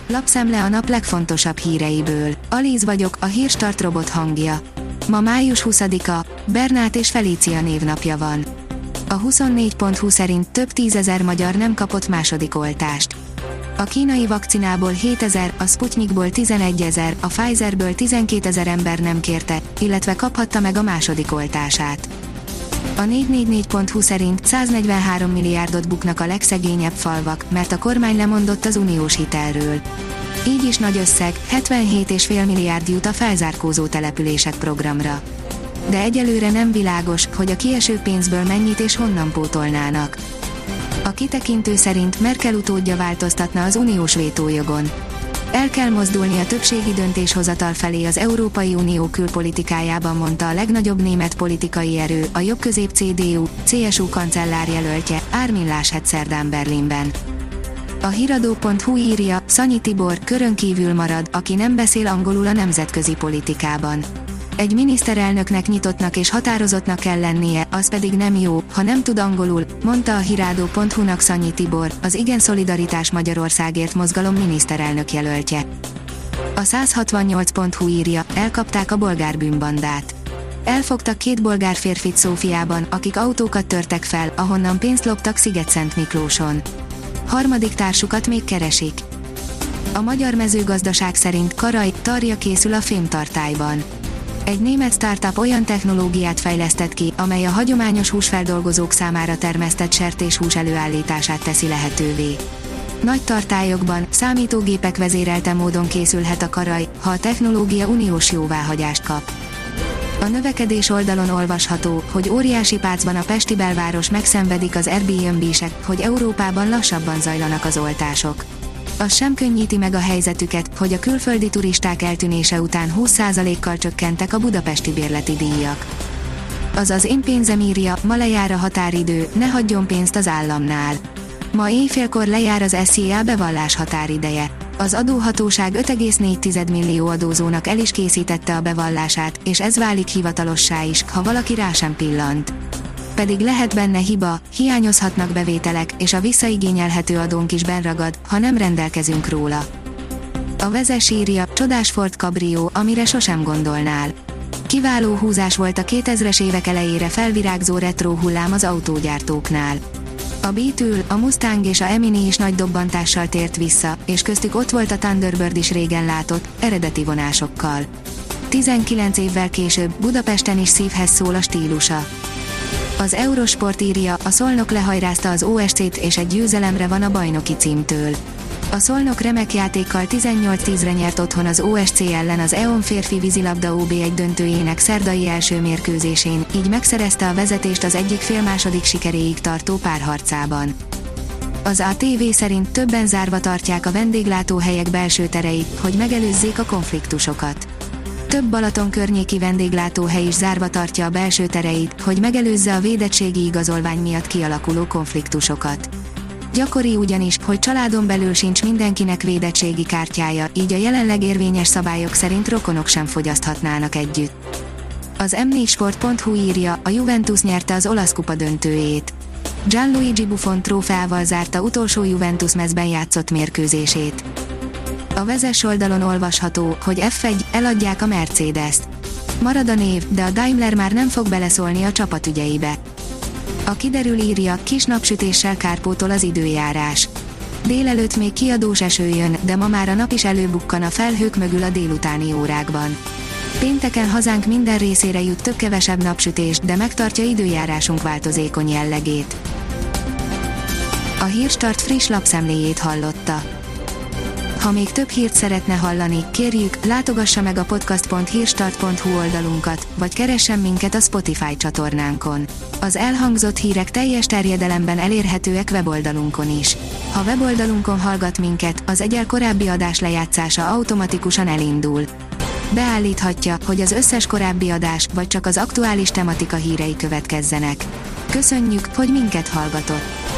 Lapszemle a nap legfontosabb híreiből. Alíz vagyok, a Hírstart robot hangja. Ma május 20-a, Bernát és Felícia névnapja van. A 24.20 szerint több tízezer magyar nem kapott második oltást. A kínai vakcinából 7000, a Sputnikból 11 000, a Pfizerből 12 000 ember nem kérte, illetve kaphatta meg a második oltását. A 444.hu szerint 143 milliárdot buknak a legszegényebb falvak, mert a kormány lemondott az uniós hitelről. Így is nagy összeg, 77,5 milliárd jut a felzárkózó települések programra. De egyelőre nem világos, hogy a kieső pénzből mennyit és honnan pótolnának. A kitekintő szerint Merkel utódja változtatna az uniós vétójogon. El kell mozdulni a többségi döntéshozatal felé az Európai Unió külpolitikájában, mondta a legnagyobb német politikai erő, a jobbközép CDU/CSU kancellárjelöltje, Armin Laschet szerdán Berlinben. A hiradó.hu írja, Szanyi Tibor körön kívül marad, aki nem beszél angolul a nemzetközi politikában. Egy miniszterelnöknek nyitottnak és határozottnak kell lennie, az pedig nem jó, ha nem tud angolul, mondta a hiradó.hu-nak Szanyi Tibor, az Igen Szolidaritás Magyarországért mozgalom miniszterelnök jelöltje. A 168.hu írja, elkapták a bolgár bűnbandát. Elfogtak 2 bolgár férfit Szófiában, akik autókat törtek fel, ahonnan pénzt loptak Sziget-Szent-Miklóson. Harmadik társukat még keresik. A Magyar Mezőgazdaság szerint tarja készül a fémtartályban. Egy német startup olyan technológiát fejlesztett ki, amely a hagyományos húsfeldolgozók számára termesztett sertéshús előállítását teszi lehetővé. Nagy tartályokban, számítógépek vezérelte módon készülhet a karaj, ha a technológia uniós jóváhagyást kap. A növekedés oldalon olvasható, hogy óriási pácban a pesti belváros megszenvedik az Airbnb-sek, hogy Európában lassabban zajlanak az oltások. Az sem könnyíti meg a helyzetüket, hogy a külföldi turisták eltűnése után 20%-kal csökkentek a budapesti bérleti díjak. Az Én pénzem írja, ma lejár a határidő, ne hagyjon pénzt az államnál. Ma éjfélkor lejár az SZIA bevallás határideje. Az adóhatóság 5,4 millió adózónak el is készítette a bevallását, és ez válik hivatalossá is, ha valaki rá sem pillant. Pedig lehet benne hiba, hiányozhatnak bevételek, és a visszaigényelhető adónk is benragad, ha nem rendelkezünk róla. A Vezes írja, csodás Ford Cabrio, amire sosem gondolnál. Kiváló húzás volt a 2000-es évek elejére felvirágzó retro hullám az autógyártóknál. A Beetle, a Mustang és a Emini is nagy dobbantással tért vissza, és köztük ott volt a Thunderbird is régen látott, eredeti vonásokkal. 19 évvel később Budapesten is szívhez szól a stílusa. Az Eurosport írja, a Szolnok lehajrázta az OSC-t és egy győzelemre van a bajnoki címtől. A Szolnok remek játékkal 18-10-re nyert otthon az OSC ellen az EON férfi vízilabda OB1 döntőjének szerdai első mérkőzésén, így megszerezte a vezetést az egyik félmásodik sikeréig tartó párharcában. Az ATV szerint többen zárva tartják a vendéglátóhelyek belső tereit, hogy megelőzzék a konfliktusokat. Több Balaton környéki vendéglátóhely is zárva tartja a belső tereit, hogy megelőzze a védettségi igazolvány miatt kialakuló konfliktusokat. Gyakori ugyanis, hogy családon belül sincs mindenkinek védettségi kártyája, így a jelenleg érvényes szabályok szerint rokonok sem fogyaszthatnának együtt. Az m4sport.hu írja, a Juventus nyerte az olasz kupa döntőjét. Gianluigi Buffon trófeával zárta utolsó Juventus mezben játszott mérkőzését. A Vezes oldalon olvasható, hogy F1, eladják a Mercedes-t. Marad a név, de a Daimler már nem fog beleszólni a csapat ügyeibe. A Kiderül írja, kis napsütéssel kárpótol az időjárás. Délelőtt még kiadós eső jön, de ma már a nap is előbukkan a felhők mögül a délutáni órákban. Pénteken hazánk minden részére jut több-kevesebb napsütés, de megtartja időjárásunk változékony jellegét. A Hírstart friss lapszemléjét hallotta. Ha még több hírt szeretne hallani, kérjük, látogassa meg a podcast.hírstart.hu oldalunkat, vagy keressen minket a Spotify csatornánkon. Az elhangzott hírek teljes terjedelemben elérhetőek weboldalunkon is. Ha weboldalunkon hallgat minket, az egyel korábbi adás lejátszása automatikusan elindul. Beállíthatja, hogy az összes korábbi adás, vagy csak az aktuális tematika hírei következzenek. Köszönjük, hogy minket hallgatott!